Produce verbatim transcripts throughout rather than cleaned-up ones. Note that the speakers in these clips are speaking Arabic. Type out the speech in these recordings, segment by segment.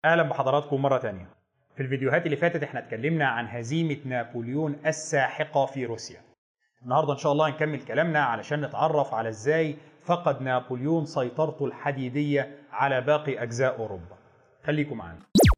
اهلا بحضراتكم مره تانية. في الفيديوهات اللي فاتت احنا اتكلمنا عن هزيمه نابليون الساحقه في روسيا. النهارده ان شاء الله هنكمل كلامنا علشان نتعرف على ازاي فقد نابليون سيطرته الحديديه على باقي اجزاء اوروبا. خليكم معانا.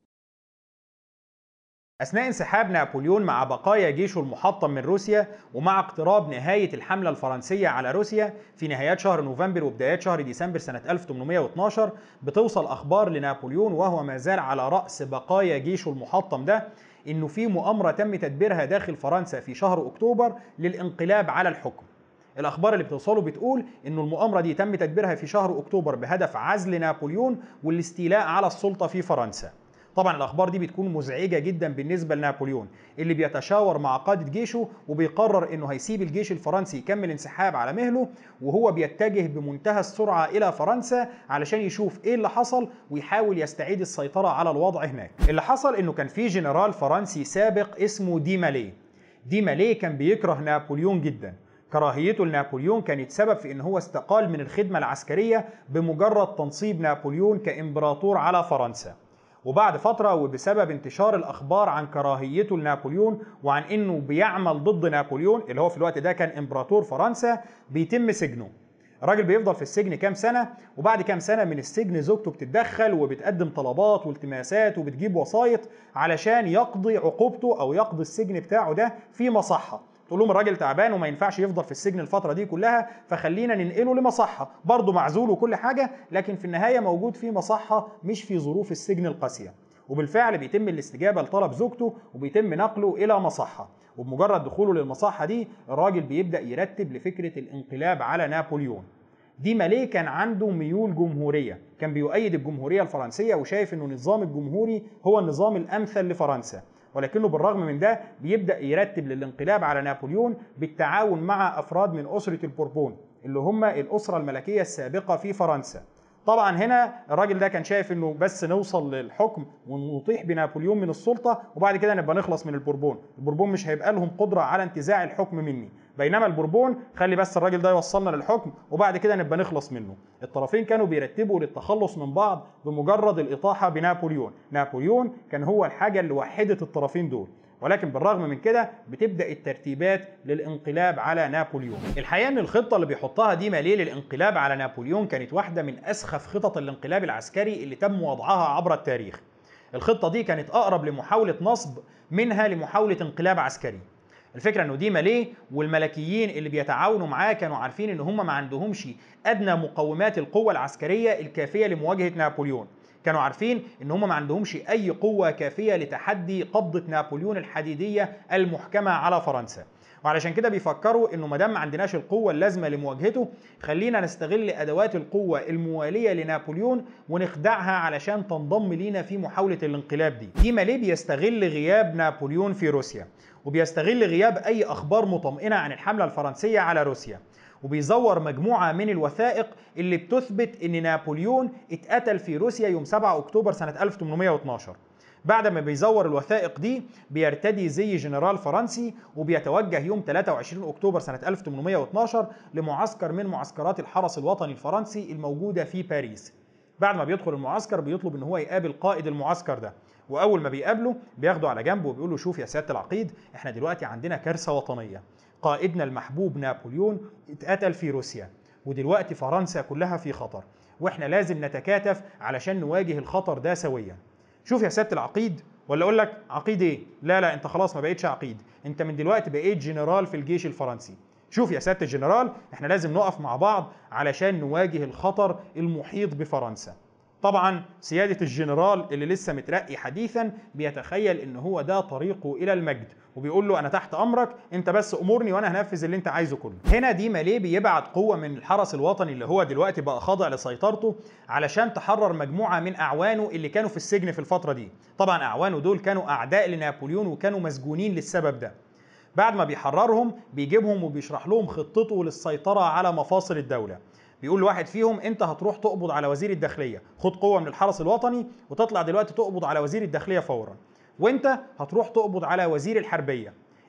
أثناء انسحاب نابليون مع بقايا جيشه المحطم من روسيا، ومع اقتراب نهاية الحملة الفرنسية على روسيا في نهايات شهر نوفمبر وبدايات شهر ديسمبر سنة ألف وثمانمائة واثناشر، بتوصل أخبار لنابليون وهو ما زال على رأس بقايا جيشه المحطم ده إنه في مؤامرة تم تدبيرها داخل فرنسا في شهر أكتوبر للانقلاب على الحكم. الأخبار اللي بتوصله بتقول إنه المؤامرة دي تم تدبيرها في شهر أكتوبر بهدف عزل نابليون والاستيلاء على السلطة في فرنسا. طبعا الاخبار دي بتكون مزعجه جدا بالنسبه لنابليون اللي بيتشاور مع قاده جيشه وبيقرر انه هيسيب الجيش الفرنسي يكمل انسحاب على مهله، وهو بيتجه بمنتهى السرعه الى فرنسا علشان يشوف ايه اللي حصل ويحاول يستعيد السيطره على الوضع هناك. اللي حصل انه كان في جنرال فرنسي سابق اسمه دي مالي. دي مالي كان بيكره نابليون جدا. كراهيته لنابليون كانت سبب في ان هو استقال من الخدمه العسكريه بمجرد تنصيب نابليون كامبراطور على فرنسا. وبعد فترة وبسبب انتشار الأخبار عن كراهيته لنابليون وعن إنه بيعمل ضد نابليون اللي هو في الوقت ده كان إمبراطور فرنسا، بيتم سجنه. الراجل بيفضل في السجن كام سنة، وبعد كام سنة من السجن زوجته بتتدخل وبتقدم طلبات والتماسات وبتجيب وسايط علشان يقضي عقوبته أو يقضي السجن بتاعه ده في مصحة. تقول لهم الراجل تعبان وما ينفعش يفضل في السجن الفترة دي كلها، فخلينا ننقله لمصحة، برضه معزول وكل حاجة، لكن في النهاية موجود في مصحة مش في ظروف السجن القاسية. وبالفعل بيتم الاستجابة لطلب زوجته وبيتم نقله إلى مصحة. وبمجرد دخوله للمصحة دي الراجل بيبدأ يرتب لفكرة الانقلاب على نابليون. دي ماليه كان عنده ميول جمهورية، كان بيؤيد الجمهورية الفرنسية وشايف انه النظام الجمهوري هو النظام الأمثل لفرنسا، ولكنه بالرغم من ده بيبدأ يرتب للانقلاب على نابليون بالتعاون مع أفراد من أسرة البوربون اللي هم الأسرة الملكية السابقة في فرنسا. طبعا هنا الراجل ده كان شايف انه بس نوصل للحكم ونطيح بنابليون من السلطة وبعد كده نبقى نخلص من البوربون، البوربون مش هيبقى لهم قدرة على انتزاع الحكم مني، بينما البوربون خلي بس الراجل ده يوصلنا للحكم وبعد كده نبقى نخلص منه. الطرفين كانوا بيرتبوا للتخلص من بعض بمجرد الإطاحة بنابليون. نابليون كان هو الحاجة اللي وحدت الطرفين دول، ولكن بالرغم من كده بتبدأ الترتيبات للانقلاب على نابليون. الحقيقة ان الخطة اللي بيحطها دي ماليه للانقلاب على نابليون كانت واحدة من أسخف خطط الانقلاب العسكري اللي تم وضعها عبر التاريخ. الخطة دي كانت أقرب لمحاولة نصب منها لمحاولة انقلاب عسكري. الفكرة انه دي ماليه والملكيين اللي بيتعاونوا معاه كانوا عارفين ان هم ما عندهمش أدنى مقومات القوة العسكرية الكافية لمواجهة نابليون. كانوا عارفين ان هم ما عندهمش اي قوة كافية لتحدي قبضة نابليون الحديدية المحكمة على فرنسا، وعلشان كده بيفكروا انه ما دام ما عندناش القوة اللازمة لمواجهته خلينا نستغل ادوات القوة الموالية لنابليون ونخدعها علشان تنضم لينا في محاولة الانقلاب دي. دي ماليه بيستغل غياب نابليون في روسيا، وبيستغل غياب اي اخبار مطمئنة عن الحملة الفرنسية على روسيا، وبيزور مجموعة من الوثائق اللي بتثبت ان نابليون اتقتل في روسيا يوم سبعة أكتوبر سنة ألف وثمانمائة واثناشر. بعد ما بيزور الوثائق دي بيرتدي زي جنرال فرنسي وبيتوجه يوم ثلاثة وعشرين أكتوبر سنة ألف وثمانمائة واثناشر لمعسكر من معسكرات الحرس الوطني الفرنسي الموجودة في باريس. بعد ما بيدخل المعسكر بيطلب ان هو يقابل قائد المعسكر ده، واول ما بيقابله بياخده على جنب وبيقول له شوف يا سيادة العقيد، احنا دلوقتي عندنا كارثة وطنية، قائدنا المحبوب نابليون اتقتل في روسيا ودلوقتي فرنسا كلها في خطر، واحنا لازم نتكاتف علشان نواجه الخطر ده سويا. شوف يا سيادة العقيد، ولا اقول لك عقيد ايه؟ لا لا انت خلاص ما بقيتش عقيد، انت من دلوقتي بقيت جنرال في الجيش الفرنسي. شوف يا سيادة الجنرال، احنا لازم نقف مع بعض علشان نواجه الخطر المحيط بفرنسا. طبعا سيادة الجنرال اللي لسه مترقي حديثا بيتخيل ان هو ده طريقه الى المجد، وبيقول له انا تحت امرك، انت بس امرني وانا هنفذ اللي انت عايزه كله. هنا دي ماليه بيبعت قوة من الحرس الوطني اللي هو دلوقتي بقى خاضع لسيطرته علشان تحرر مجموعة من اعوانه اللي كانوا في السجن في الفترة دي. طبعا اعوانه دول كانوا اعداء لنابليون وكانوا مسجونين للسبب ده. بعد ما بيحررهم بيجيبهم وبيشرح لهم خطته للسيطرة على مفاصل الدولة. بيقول لواحد فيهم انت هتروح تقبض على وزير الداخلية، خد قوة من الحرس الوطني وتطلع دلوقتي تقبض على وزير الداخلية فورا، وانت هتروح تقبض على وزير الحربية.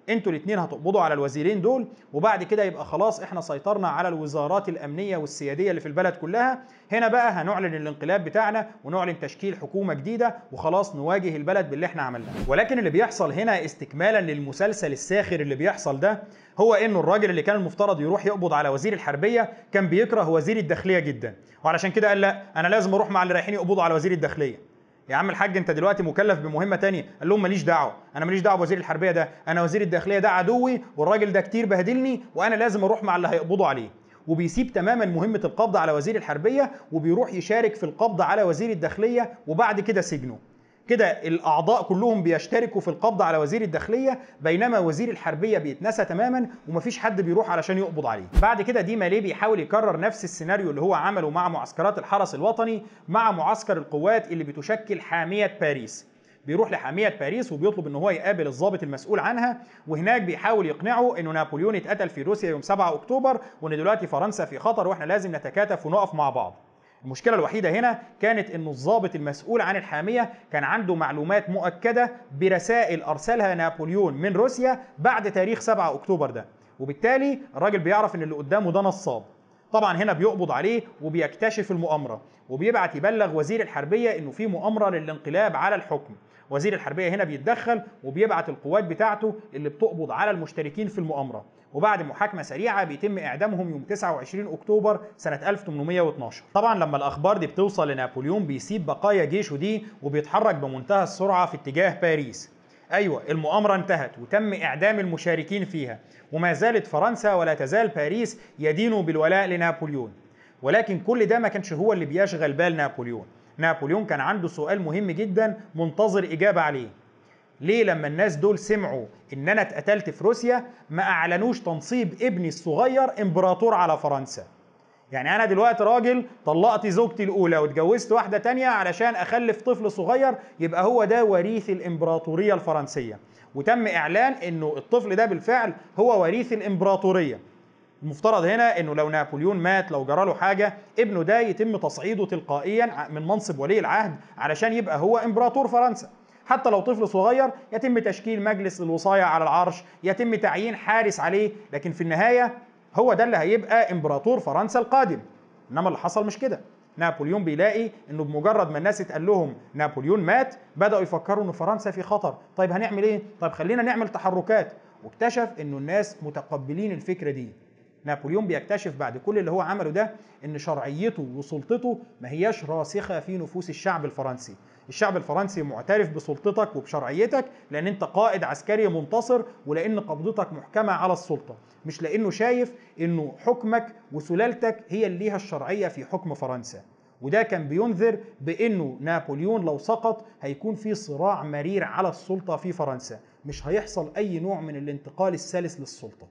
انتوا الاثنين هتقبضوا على الوزيرين دول، وبعد كده يبقى خلاص احنا سيطرنا على الوزارات الامنيه والسياديه اللي في البلد كلها. هنا بقى هنعلن الانقلاب بتاعنا ونعلن تشكيل حكومه جديده وخلاص نواجه البلد باللي احنا عملناه. ولكن اللي بيحصل هنا استكمالا للمسلسل الساخر اللي بيحصل ده، هو انه الراجل اللي كان المفترض يروح يقبض على وزير الحربيه كان بيكره وزير الداخليه جدا، وعلشان كده قال لا انا لازم اروح مع اللي رايحين يقبضوا على وزير الداخليه. يا عم الحاج انت دلوقتي مكلف بمهمه تانية. قال لهم ماليش دعوه، انا ماليش دعوه بوزير الحربيه ده، انا وزير الداخليه ده عدوي والراجل ده كتير بهدلني وانا لازم اروح مع اللي هيقبضوا عليه. وبيسيب تماما مهمه القبض على وزير الحربيه وبيروح يشارك في القبض على وزير الداخليه، وبعد كده سجنه. كده الاعضاء كلهم بيشتركوا في القبض على وزير الداخليه، بينما وزير الحربيه بيتنسى تماما ومفيش حد بيروح علشان يقبض عليه. بعد كده دي ماليه بيحاول يكرر نفس السيناريو اللي هو عمله مع معسكرات الحرس الوطني مع معسكر القوات اللي بتشكل حاميه باريس. بيروح لحاميه باريس وبيطلب ان هو يقابل الضابط المسؤول عنها، وهناك بيحاول يقنعه انه نابليون اتقتل في روسيا يوم سبعة اكتوبر، وان دلوقتي فرنسا في خطر واحنا لازم نتكاتف ونقف مع بعض. المشكلة الوحيدة هنا كانت انه الضابط المسؤول عن الحامية كان عنده معلومات مؤكدة برسائل ارسلها نابليون من روسيا بعد تاريخ سبعة اكتوبر ده، وبالتالي الراجل بيعرف ان اللي قدامه ده نصاب. طبعا هنا بيقبض عليه وبيكتشف المؤامرة، وبيبعت يبلغ وزير الحربية انه في مؤامرة للانقلاب على الحكم. وزير الحربية هنا بيتدخل وبيبعت القوات بتاعته اللي بتقبض على المشتركين في المؤامرة، وبعد محاكمة سريعة بيتم إعدامهم يوم تسعة وعشرين أكتوبر سنة ألف وثمانمائة واثناشر. طبعا لما الأخبار دي بتوصل لنابليون بيسيب بقايا جيشه دي وبيتحرك بمنتهى السرعة في اتجاه باريس. أيوة المؤامرة انتهت وتم إعدام المشاركين فيها، وما زالت فرنسا ولا تزال باريس يدينوا بالولاء لنابليون. ولكن كل ده ما كانش هو اللي بيشغل بال نابليون. نابليون كان عنده سؤال مهم جدا منتظر إجابة عليه. ليه لما الناس دول سمعوا ان انا اتقتلت في روسيا ما اعلنوش تنصيب ابني الصغير امبراطور على فرنسا؟ يعني انا دلوقتي راجل طلقت زوجتي الاولى واتجوزت واحده تانية علشان اخلف طفل صغير يبقى هو ده وريث الامبراطوريه الفرنسيه، وتم اعلان انه الطفل ده بالفعل هو وريث الامبراطوريه. المفترض هنا انه لو نابليون مات، لو جراله حاجه، ابنه ده يتم تصعيده تلقائيا من منصب ولي العهد علشان يبقى هو امبراطور فرنسا. حتى لو طفل صغير يتم تشكيل مجلس للوصاية على العرش، يتم تعيين حارس عليه، لكن في النهاية هو ده اللي هيبقى امبراطور فرنسا القادم. انما اللي حصل مش كده. نابليون بيلاقي انه بمجرد ما الناس اتقال لهم نابليون مات بدأوا يفكروا ان فرنسا في خطر. طيب هنعمل ايه؟ طيب خلينا نعمل تحركات. واكتشف انه الناس متقبلين الفكرة دي. نابليون بيكتشف بعد كل اللي هو عمله ده ان شرعيته وسلطته ما هياش راسخة في نفوس الشعب الفرنسي. الشعب الفرنسي معترف بسلطتك وبشرعيتك لان انت قائد عسكري منتصر، ولان قبضتك محكمة على السلطة، مش لانه شايف انه حكمك وسلالتك هي اللي ليها الشرعية في حكم فرنسا. وده كان بينذر بانه نابليون لو سقط هيكون في صراع مرير على السلطة في فرنسا، مش هيحصل اي نوع من الانتقال السلس للسلطة.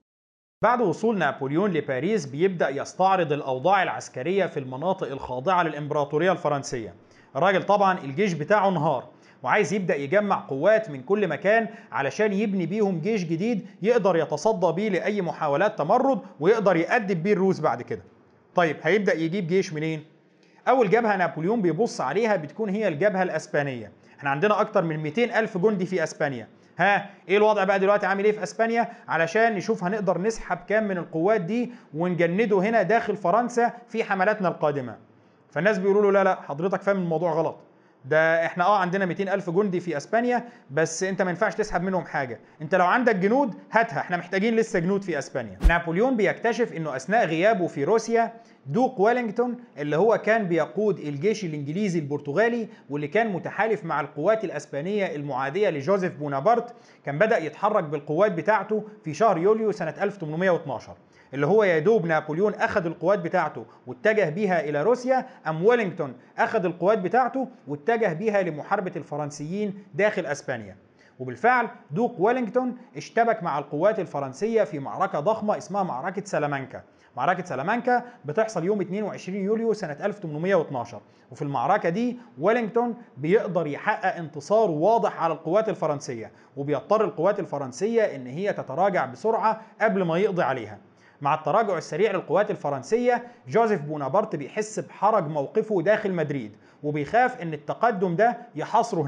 بعد وصول نابليون لباريس بيبدأ يستعرض الأوضاع العسكرية في المناطق الخاضعة للإمبراطورية الفرنسية. الراجل طبعا الجيش بتاعه انهار وعايز يبدأ يجمع قوات من كل مكان علشان يبني بيهم جيش جديد يقدر يتصدى بيه لأي محاولات تمرد ويقدر يأدب بيه الروس بعد كده. طيب هيبدأ يجيب جيش منين؟ أول جبهة نابليون بيبص عليها بتكون هي الجبهة الأسبانية. احنا عندنا أكتر من مئتين ألف جندي في أسبانيا. ها ايه الوضع بقى دلوقتي عامل ايه في اسبانيا علشان نشوف هنقدر نسحب كام من القوات دي ونجنده هنا داخل فرنسا في حملاتنا القادمه. فالناس بيقولوا له لا لا حضرتك فاهم الموضوع غلط، ده احنا اه عندنا مئتين ألف جندي في اسبانيا بس انت ما ينفعش تسحب منهم حاجه، انت لو عندك جنود هاتها، احنا محتاجين لسه جنود في اسبانيا. نابليون بيكتشف انه اثناء غيابه في روسيا دوق ويلينغتون اللي هو كان بيقود الجيش الانجليزي البرتغالي واللي كان متحالف مع القوات الاسبانيه المعاديه لجوزيف بونابرت، كان بدأ يتحرك بالقوات بتاعته في شهر يوليو سنه ألف وثمانمائة واثناشر، اللي هو يا دوب نابليون اخذ القوات بتاعته واتجه بيها الى روسيا، ام ويلينغتون اخذ القوات بتاعته واتجه بيها لمحاربه الفرنسيين داخل اسبانيا. وبالفعل دوق ويلينغتون اشتبك مع القوات الفرنسيه في معركه ضخمه اسمها معركه سلامانكا. معركة سلامانكا بتحصل يوم اثنين وعشرين يوليو سنة ألف وثمانمائة واثناشر، وفي المعركة دي ويلينغتون بيقدر يحقق انتصار واضح على القوات الفرنسية، وبيضطر القوات الفرنسية ان هي تتراجع بسرعة قبل ما يقضي عليها. مع التراجع السريع للقوات الفرنسية جوزيف بونابرت بيحس بحرج موقفه داخل مدريد، وبيخاف ان التقدم ده يحاصره هناك،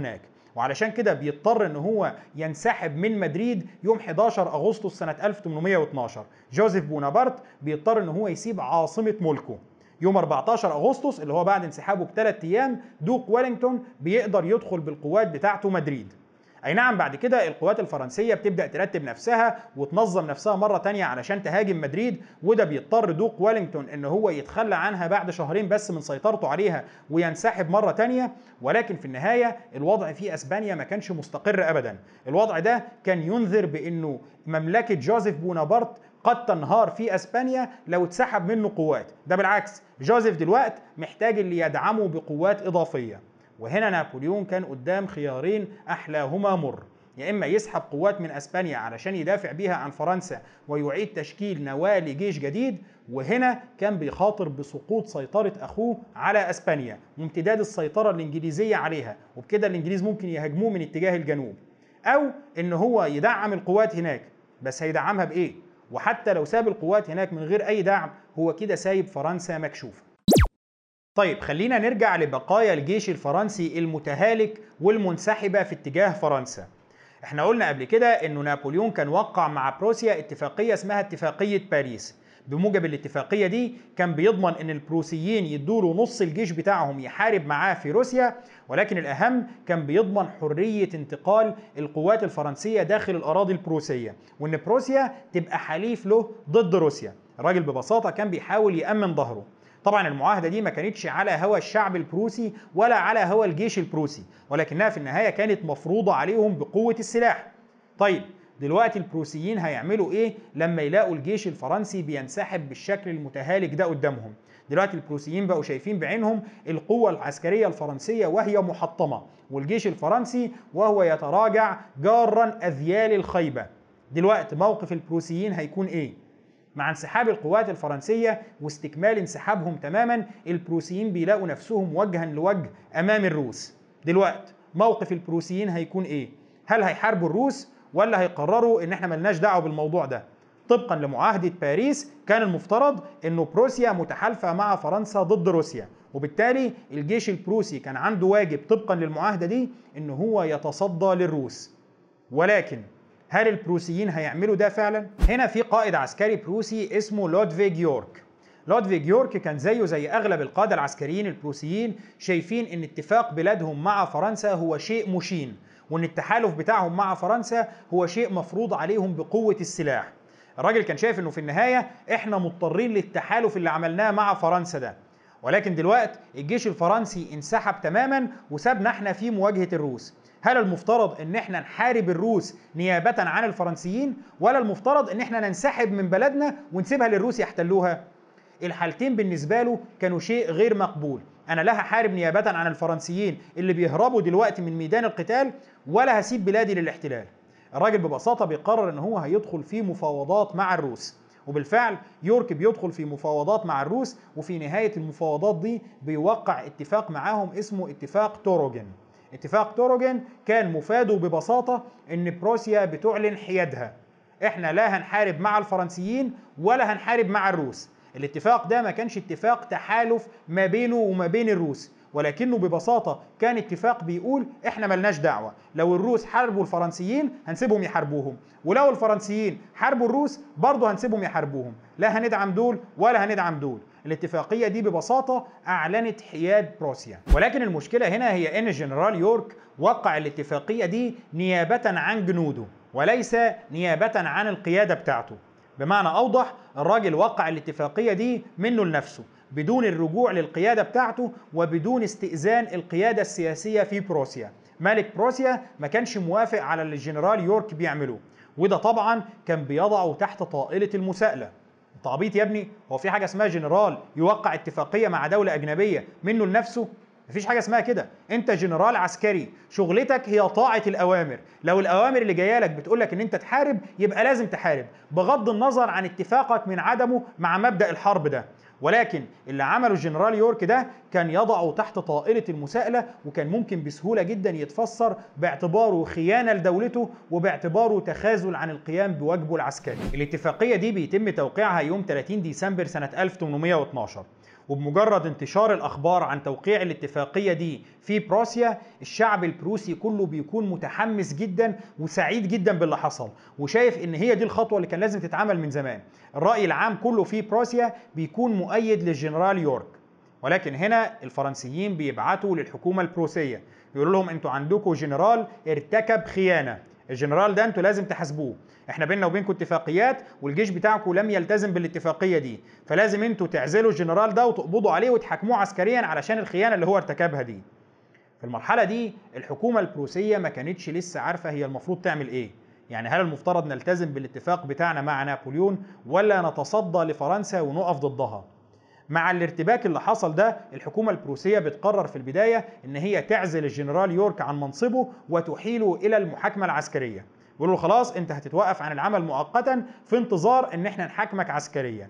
وعلشان كده بيضطر ان هو ينسحب من مدريد يوم حداشر أغسطس سنة ألف وثمانمائة واثني عشر. جوزيف بونابرت بيضطر ان هو يسيب عاصمة ملكه. يوم أربعتاشر أغسطس اللي هو بعد انسحابه بثلاث ايام، دوق ويلينغتون بيقدر يدخل بالقوات بتاعته مدريد. اي نعم، بعد كده القوات الفرنسيه بتبدا ترتب نفسها وتنظم نفسها مره تانية علشان تهاجم مدريد، وده بيضطر دوق ويلينغتون ان هو يتخلى عنها بعد شهرين بس من سيطرته عليها وينسحب مره تانية. ولكن في النهايه الوضع في اسبانيا ما كانش مستقر ابدا. الوضع ده كان ينذر بانه مملكه جوزيف بونابرت قد تنهار في اسبانيا لو اتسحب منه قوات. ده بالعكس، جوزيف دلوقتي محتاج اللي يدعمه بقوات اضافيه. وهنا نابليون كان قدام خيارين احلاهما مر، يا اما يسحب قوات من اسبانيا علشان يدافع بيها عن فرنسا ويعيد تشكيل نواه لجيش جديد، وهنا كان بيخاطر بسقوط سيطره اخوه على اسبانيا وامتداد السيطره الانجليزيه عليها، وبكده الانجليز ممكن يهاجموه من اتجاه الجنوب، او ان هو يدعم القوات هناك. بس هيدعمها بايه؟ وحتى لو ساب القوات هناك من غير اي دعم، هو كده سايب فرنسا مكشوفه. طيب خلينا نرجع لبقايا الجيش الفرنسي المتهالك والمنسحبة في اتجاه فرنسا. احنا قلنا قبل كده انه نابليون كان وقع مع بروسيا اتفاقية اسمها اتفاقية باريس. بموجب الاتفاقية دي كان بيضمن ان البروسيين يدوله نص الجيش بتاعهم يحارب معاه في روسيا، ولكن الاهم كان بيضمن حرية انتقال القوات الفرنسية داخل الاراضي البروسية، وان بروسيا تبقى حليف له ضد روسيا. الراجل ببساطة كان بيحاول يأمن ظهره. طبعا المعاهدة دي ما كانتش على هوى الشعب البروسي ولا على هوى الجيش البروسي، ولكنها في النهاية كانت مفروضة عليهم بقوة السلاح. طيب دلوقتي البروسيين هيعملوا ايه لما يلاقوا الجيش الفرنسي بينسحب بالشكل المتهالك ده قدامهم؟ دلوقتي البروسيين بقوا شايفين بعينهم القوة العسكرية الفرنسية وهي محطمة، والجيش الفرنسي وهو يتراجع جارا أذيال الخيبة. دلوقتي موقف البروسيين هيكون ايه؟ مع انسحاب القوات الفرنسية واستكمال انسحابهم تماما، البروسيين بيلاقوا نفسهم وجها لوجه امام الروس. دلوقتي موقف البروسيين هيكون ايه؟ هل هيحاربوا الروس ولا هيقرروا ان احنا ملناش دعوه بالموضوع ده؟ طبقا لمعاهدة باريس كان المفترض انه بروسيا متحالفة مع فرنسا ضد روسيا، وبالتالي الجيش البروسي كان عنده واجب طبقا للمعاهدة دي ان هو يتصدى للروس. ولكن هل البروسيين هيعملوا ده فعلا؟ هنا في قائد عسكري بروسي اسمه لودفيج يورك. لودفيج يورك كان زيه زي اغلب القادة العسكريين البروسيين شايفين ان اتفاق بلادهم مع فرنسا هو شيء مشين، وان التحالف بتاعهم مع فرنسا هو شيء مفروض عليهم بقوة السلاح. الراجل كان شايف انه في النهاية احنا مضطرين للتحالف اللي عملناه مع فرنسا ده. ولكن دلوقتي الجيش الفرنسي انسحب تماما وسابنا احنا في مواجهة الروس. هل المفترض ان احنا نحارب الروس نيابة عن الفرنسيين، ولا المفترض ان احنا ننسحب من بلدنا ونسيبها للروس يحتلوها؟ الحالتين بالنسبة له كانوا شيء غير مقبول. انا لا هحارب نيابة عن الفرنسيين اللي بيهربوا دلوقتي من ميدان القتال، ولا هسيب بلادي للاحتلال. الراجل ببساطة بيقرر ان هو هيدخل في مفاوضات مع الروس، وبالفعل يورك بيدخل في مفاوضات مع الروس، وفي نهاية المفاوضات دي بيوقع اتفاق معاهم اسمه اتفاق توروجن. اتفاق توروجن كان مفاده ببساطة ان بروسيا بتعلن حيادها، احنا لا هنحارب مع الفرنسيين ولا هنحارب مع الروس. الاتفاق ده ما كانش اتفاق تحالف ما بينه وما بين الروس، ولكنه ببساطة كان اتفاق بيقول احنا ملناش دعوة، لو الروس حاربوا الفرنسيين هنسيبهم يحاربوهم، ولو الفرنسيين حاربوا الروس برضه هنسيبهم يحاربوهم، لا هندعم دول ولا هندعم دول. الاتفاقية دي ببساطة أعلنت حياد بروسيا. ولكن المشكلة هنا هي إن الجنرال يورك وقع الاتفاقية دي نيابة عن جنوده وليس نيابة عن القيادة بتاعته. بمعنى أوضح، الراجل وقع الاتفاقية دي منه لنفسه بدون الرجوع للقيادة بتاعته وبدون استئذان القيادة السياسية في بروسيا. ملك بروسيا ما كانش موافق على اللي الجنرال يورك بيعمله، وده طبعا كان بيضعه تحت طائلة المساءلة. انت عبيط يا ابني؟ هو في حاجة اسمها جنرال يوقع اتفاقية مع دولة أجنبية منه لنفسه؟ مفيش حاجة اسمها كده. انت جنرال عسكري، شغلتك هي طاعة الأوامر. لو الأوامر اللي جاية لك بتقولك ان انت تحارب يبقى لازم تحارب، بغض النظر عن اتفاقك من عدمه مع مبدأ الحرب ده. ولكن اللي عمله الجنرال يورك ده كان يضعه تحت طائلة المساءلة، وكان ممكن بسهولة جدا يتفسر باعتباره خيانة لدولته وباعتباره تخاذل عن القيام بواجبه العسكري. الاتفاقية دي بيتم توقيعها يوم ثلاثين ديسمبر سنة ألف وثمانمائة واثني عشر، وبمجرد انتشار الأخبار عن توقيع الاتفاقية دي في بروسيا، الشعب البروسي كله بيكون متحمس جدا وسعيد جدا باللي حصل، وشايف إن هي دي الخطوة اللي كان لازم تتعمل من زمان. الرأي العام كله في بروسيا بيكون مؤيد للجنرال يورك. ولكن هنا الفرنسيين بيبعتوا للحكومة البروسية يقولوا لهم انتوا عندكم جنرال ارتكب خيانة، الجنرال ده انتوا لازم تحاسبوه، احنا بيننا وبينكم اتفاقيات والجيش بتاعكم لم يلتزم بالاتفاقية دي، فلازم انتوا تعزلوا الجنرال ده وتقبضوا عليه وتحاكموه عسكريا علشان الخيانة اللي هو ارتكبها دي. في المرحلة دي الحكومة البروسية ما كانتش لسه عارفة هي المفروض تعمل ايه، يعني هل المفترض نلتزم بالاتفاق بتاعنا مع نابليون ولا نتصدى لفرنسا ونقف ضدها؟ مع الارتباك اللي حصل ده الحكومة البروسية بتقرر في البداية ان هي تعزل الجنرال يورك عن منصبه وتحيله الى المحاكمة العسكرية، بيقولوا له خلاص انت هتتوقف عن العمل مؤقتا في انتظار ان احنا نحاكمك عسكريا.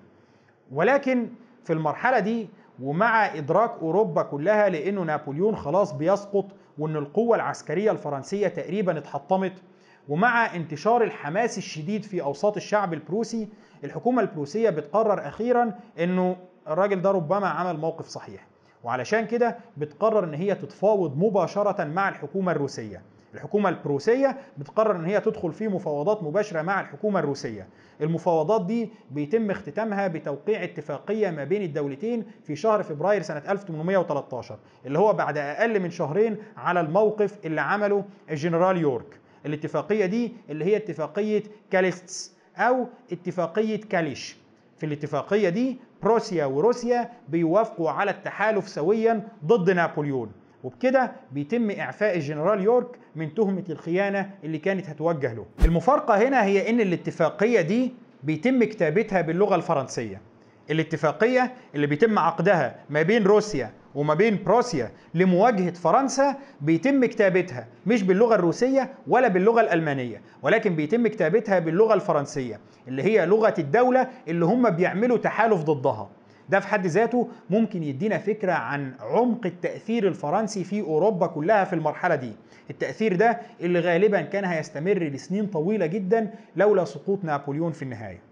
ولكن في المرحلة دي ومع ادراك اوروبا كلها لانه نابليون خلاص بيسقط وان القوة العسكرية الفرنسية تقريبا اتحطمت، ومع انتشار الحماس الشديد في اوساط الشعب البروسي، الحكومة البروسية بتقرر اخيرا انه الراجل ده ربما عمل موقف صحيح، وعلشان كده بتقرر ان هي تتفاوض مباشرة مع الحكومة الروسية. الحكومة البروسية بتقرر ان هي تدخل في مفاوضات مباشرة مع الحكومة الروسية. المفاوضات دي بيتم اختتامها بتوقيع اتفاقية ما بين الدولتين في شهر فبراير سنة ألف وثمانمائة وثلاثة عشر، اللي هو بعد اقل من شهرين على الموقف اللي عمله الجنرال يورك. الاتفاقية دي اللي هي اتفاقية كاليستس او اتفاقية كاليش. في الاتفاقية دي بروسيا وروسيا بيوافقوا على التحالف سويا ضد نابليون، وبكده بيتم إعفاء الجنرال يورك من تهمة الخيانة اللي كانت هتوجه له. المفارقة هنا هي إن الاتفاقية دي بيتم كتابتها باللغة الفرنسية. الاتفاقية اللي بيتم عقدها ما بين روسيا وما بين بروسيا لمواجهة فرنسا بيتم كتابتها مش باللغة الروسية ولا باللغة الألمانية، ولكن بيتم كتابتها باللغة الفرنسية اللي هي لغة الدولة اللي هم بيعملوا تحالف ضدها. ده في حد ذاته ممكن يدينا فكرة عن عمق التأثير الفرنسي في أوروبا كلها في المرحلة دي. التأثير ده اللي غالبا كان هيستمر لسنين طويلة جدا لولا سقوط نابليون في النهاية.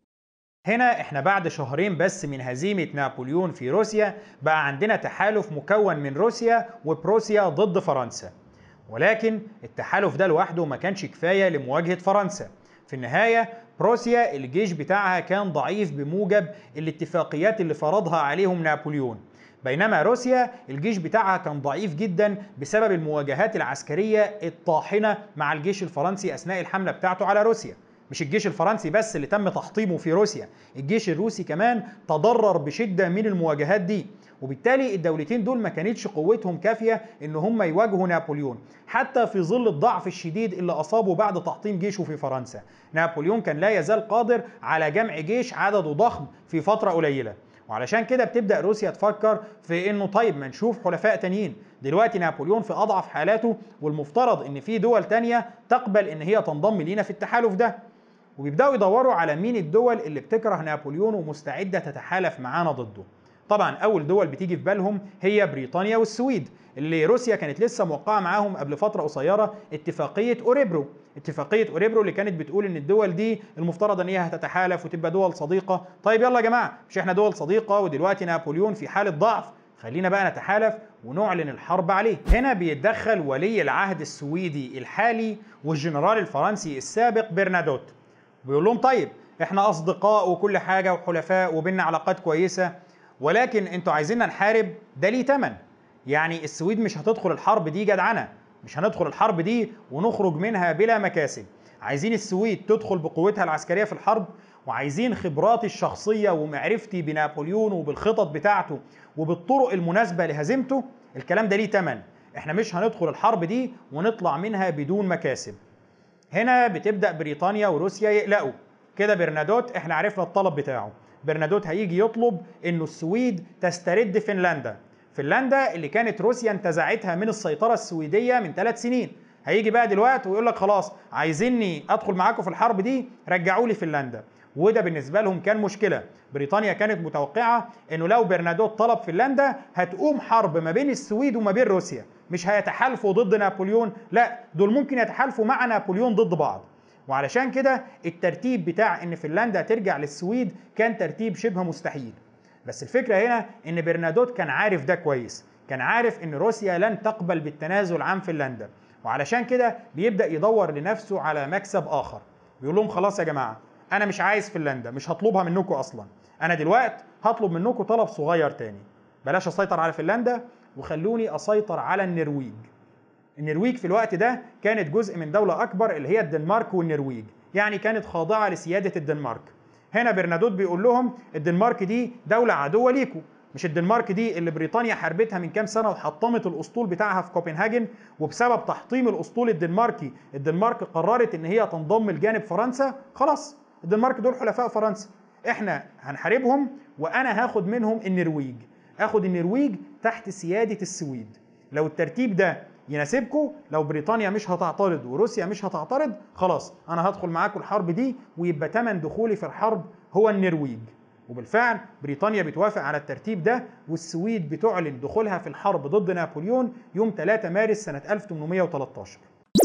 هنا احنا بعد شهرين بس من هزيمة نابليون في روسيا بقى عندنا تحالف مكون من روسيا وبروسيا ضد فرنسا، ولكن التحالف ده لوحده ما كانش كفاية لمواجهة فرنسا. في النهاية بروسيا الجيش بتاعها كان ضعيف بموجب الاتفاقيات اللي فرضها عليهم نابليون، بينما روسيا الجيش بتاعها كان ضعيف جدا بسبب المواجهات العسكرية الطاحنة مع الجيش الفرنسي أثناء الحملة بتاعته على روسيا. مش الجيش الفرنسي بس اللي تم تحطيمه في روسيا، الجيش الروسي كمان تضرر بشدة من المواجهات دي، وبالتالي الدولتين دول ما كانتش قوتهم كافية ان هم يواجهوا نابليون حتى في ظل الضعف الشديد اللي اصابه بعد تحطيم جيشه في فرنسا. نابليون كان لا يزال قادر على جمع جيش عدده ضخم في فترة قليلة، وعلشان كده بتبدأ روسيا تفكر في انه طيب ما نشوف حلفاء تانيين. دلوقتي نابليون في اضعف حالاته والمفترض ان في دول تانية تقبل ان هي تنضم لينا في التحالف ده، وبيبداوا يدوروا على مين الدول اللي بتكره نابليون ومستعده تتحالف معانا ضده. طبعا اول دول بتيجي في بالهم هي بريطانيا والسويد اللي روسيا كانت لسه موقعه معاهم قبل فتره قصيره اتفاقيه اوريبرو. اتفاقيه اوريبرو اللي كانت بتقول ان الدول دي المفترض ان هي هتتحالف وتبقى دول صديقه. طيب يلا يا جماعه، مش احنا دول صديقه ودلوقتي نابليون في حاله ضعف، خلينا بقى نتحالف ونعلن الحرب عليه. هنا بيتدخل ولي العهد السويدي الحالي والجنرال الفرنسي السابق برنادوت، بيقول لهم طيب احنا اصدقاء وكل حاجه وحلفاء وبيننا علاقات كويسه، ولكن انتوا عايزيننا نحارب ده ليه تمن. يعني السويد مش هتدخل الحرب دي جدعنه، مش هندخل الحرب دي ونخرج منها بلا مكاسب. عايزين السويد تدخل بقوتها العسكريه في الحرب، وعايزين خبراتي الشخصيه ومعرفتي بنابليون وبالخطط بتاعته وبالطرق المناسبه لهزيمته. الكلام ده ليه تمن، احنا مش هندخل الحرب دي ونطلع منها بدون مكاسب. هنا بتبدأ بريطانيا وروسيا يقلقوا كده. برنادوت احنا عرفنا الطلب بتاعه، برنادوت هيجي يطلب انه السويد تسترد فنلندا. فنلندا اللي كانت روسيا انتزعتها من السيطرة السويدية من ثلاث سنين، هيجي بقى دلوقتي ويقول لك خلاص عايزيني ادخل معاكم في الحرب دي، رجعوا لي فنلندا. وده بالنسبة لهم كان مشكلة. بريطانيا كانت متوقعة انه لو برنادوت طلب فنلندا هتقوم حرب ما بين السويد وما بين روسيا، مش هيتحالفوا ضد نابليون، لا دول ممكن يتحالفوا مع نابليون ضد بعض. وعلشان كده الترتيب بتاع ان فنلندا ترجع للسويد كان ترتيب شبه مستحيل. بس الفكرة هنا ان برنادوت كان عارف ده كويس، كان عارف ان روسيا لن تقبل بالتنازل عن فنلندا، وعلشان كده بيبدأ يدور لنفسه على مكسب آخر. بيقول لهم خلاص يا جماعة، أنا مش عايز فنلندا، مش هطلبها منكم أصلا، أنا دلوقتي هطلب منكم طلب صغير تاني، بلاش أسيطر على فنلندا وخلوني أسيطر على النرويج. النرويج في الوقت ده كانت جزء من دولة أكبر اللي هي الدنمارك والنرويج، يعني كانت خاضعة لسيادة الدنمارك. هنا برنادوت بيقول لهم الدنمارك دي دولة عدوة ليكم، مش الدنمارك دي اللي بريطانيا حاربتها من كام سنة وحطمت الأسطول بتاعها في كوبنهاجن، وبسبب تحطيم الأسطول الدنماركي الدنمارك قررت إن هي تنضم لجانب فرنسا. خلاص الدنمارك دول حلفاء فرنسا، إحنا هنحاربهم وأنا هاخد منهم النرويج، آخد النرويج تحت سيادة السويد. لو الترتيب ده يناسبكم، لو بريطانيا مش هتعترض وروسيا مش هتعترض، خلاص انا هدخل معاكم الحرب دي، ويبقى تمن دخولي في الحرب هو النرويج. وبالفعل بريطانيا بتوافق على الترتيب ده، والسويد بتعلن دخولها في الحرب ضد نابليون يوم ثلاثة مارس سنة ألف وثمانمائة وثلاثة عشر.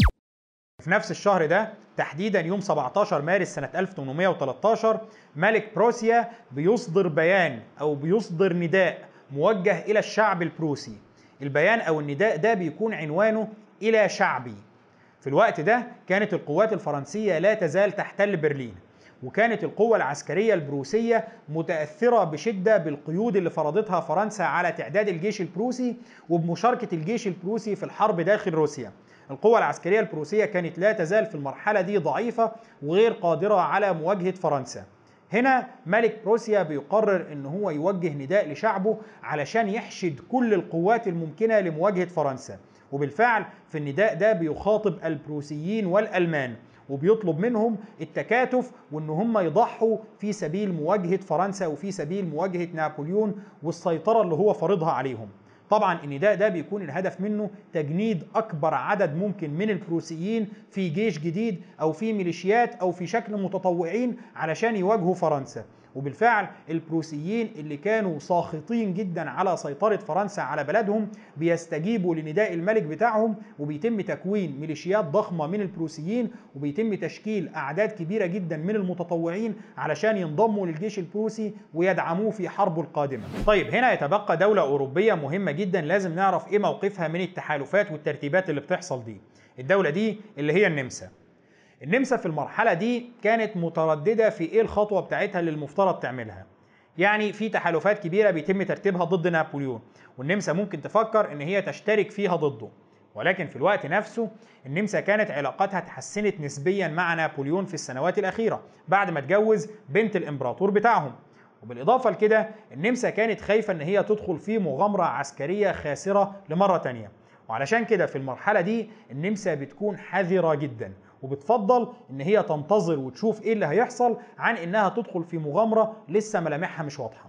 في نفس الشهر ده تحديدا يوم سبعة عشر مارس سنة ألف وثمانمائة وثلاثة عشر، ملك بروسيا بيصدر بيان او بيصدر نداء موجه الى الشعب البروسي. البيان او النداء ده بيكون عنوانه الى شعبي. في الوقت ده كانت القوات الفرنسية لا تزال تحتل برلين، وكانت القوة العسكرية البروسية متأثرة بشدة بالقيود اللي فرضتها فرنسا على تعداد الجيش البروسي وبمشاركة الجيش البروسي في الحرب داخل روسيا. القوة العسكرية البروسية كانت لا تزال في المرحلة دي ضعيفة وغير قادرة على مواجهة فرنسا. هنا ملك بروسيا بيقرر ان هو يوجه نداء لشعبه علشان يحشد كل القوات الممكنة لمواجهة فرنسا، وبالفعل في النداء ده بيخاطب البروسيين والألمان وبيطلب منهم التكاتف وان هم يضحوا في سبيل مواجهة فرنسا وفي سبيل مواجهة نابليون والسيطرة اللي هو فرضها عليهم. طبعا النداء ده بيكون الهدف منه تجنيد اكبر عدد ممكن من البروسيين في جيش جديد او في ميليشيات او في شكل متطوعين علشان يواجهوا فرنسا. وبالفعل البروسيين اللي كانوا ساخطين جدا على سيطرة فرنسا على بلدهم بيستجيبوا لنداء الملك بتاعهم، وبيتم تكوين ميليشيات ضخمة من البروسيين وبيتم تشكيل أعداد كبيرة جدا من المتطوعين علشان ينضموا للجيش البروسي ويدعموه في حربه القادمة. طيب هنا يتبقى دولة أوروبية مهمة جدا لازم نعرف إيه موقفها من التحالفات والترتيبات اللي بتحصل دي. الدولة دي اللي هي النمسا. النمسا في المرحلة دي كانت مترددة في ايه الخطوة بتاعتها اللي المفترض تعملها. يعني في تحالفات كبيرة بيتم ترتيبها ضد نابليون، والنمسا ممكن تفكر ان هي تشترك فيها ضده، ولكن في الوقت نفسه النمسا كانت علاقاتها تحسنت نسبيا مع نابليون في السنوات الأخيرة بعد ما اتجوز بنت الإمبراطور بتاعهم. وبالإضافة لكده النمسا كانت خايفة ان هي تدخل في مغامرة عسكرية خاسرة لمرة تانية، وعلشان كده في المرحلة دي النمسا بتكون حذرة جدا وبتفضل ان هي تنتظر وتشوف ايه اللي هيحصل عن انها تدخل في مغامرة لسه ملامحها مش واضحة.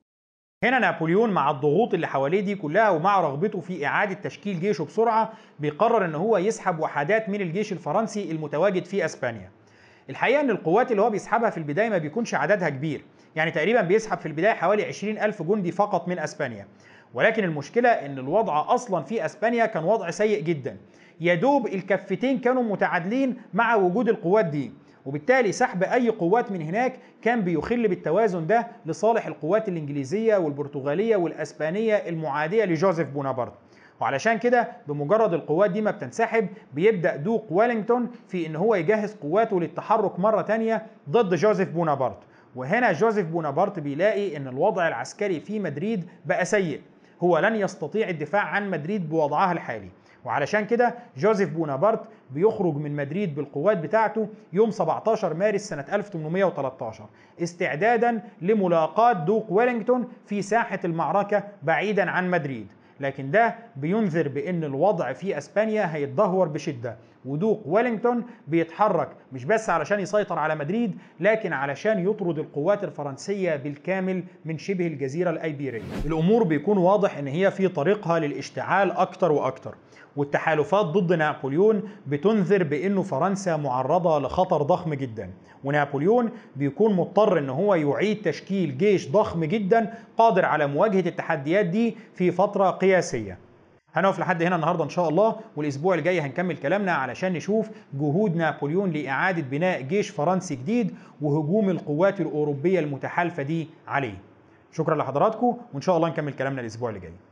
هنا نابليون مع الضغوط اللي حواليه دي كلها ومع رغبته في اعادة تشكيل جيشه بسرعة بيقرر ان هو يسحب وحدات من الجيش الفرنسي المتواجد في اسبانيا. الحقيقة ان القوات اللي هو بيسحبها في البداية ما بيكونش عددها كبير، يعني تقريبا بيسحب في البداية حوالي عشرين ألف جندي فقط من اسبانيا، ولكن المشكلة ان الوضع اصلا في اسبانيا كان وضع سيء جدا، يدوب الكفتين كانوا متعادلين مع وجود القوات دي، وبالتالي سحب اي قوات من هناك كان بيخل بالتوازن ده لصالح القوات الانجليزية والبرتغالية والاسبانية المعادية لجوزيف بونابرت. وعلشان كده بمجرد القوات دي ما بتنسحب بيبدأ دوق ويلينغتون في ان هو يجهز قواته للتحرك مرة تانية ضد جوزيف بونابرت. وهنا جوزيف بونابرت بيلاقي ان الوضع العسكري في مدريد بقى سيء، هو لن يستطيع الدفاع عن مدريد بوضعها الحالي، وعلشان كده جوزيف بونابرت بيخرج من مدريد بالقوات بتاعته يوم سبعة عشر مارس سنة ألف وثمانمائة وثلاثة عشر استعدادا لملاقاة دوق ويلينغتون في ساحة المعركة بعيدا عن مدريد. لكن ده بينذر بأن الوضع في أسبانيا هيتدهور بشدة، ودوق ويلينغتون بيتحرك مش بس علشان يسيطر على مدريد لكن علشان يطرد القوات الفرنسية بالكامل من شبه الجزيرة الأيبيرية. الأمور بيكون واضح أن هي في طريقها للاشتعال أكتر وأكتر، والتحالفات ضد نابليون بتنذر بأنه فرنسا معرضة لخطر ضخم جدا، ونابليون بيكون مضطر ان هو يعيد تشكيل جيش ضخم جدا قادر على مواجهة التحديات دي في فترة قياسية. هنقف لحد هنا النهاردة ان شاء الله، والاسبوع الجاي هنكمل كلامنا علشان نشوف جهود نابليون لإعادة بناء جيش فرنسي جديد وهجوم القوات الأوروبية المتحالفة دي عليه. شكرا لحضراتكم، وان شاء الله نكمل كلامنا الاسبوع اللي جاي.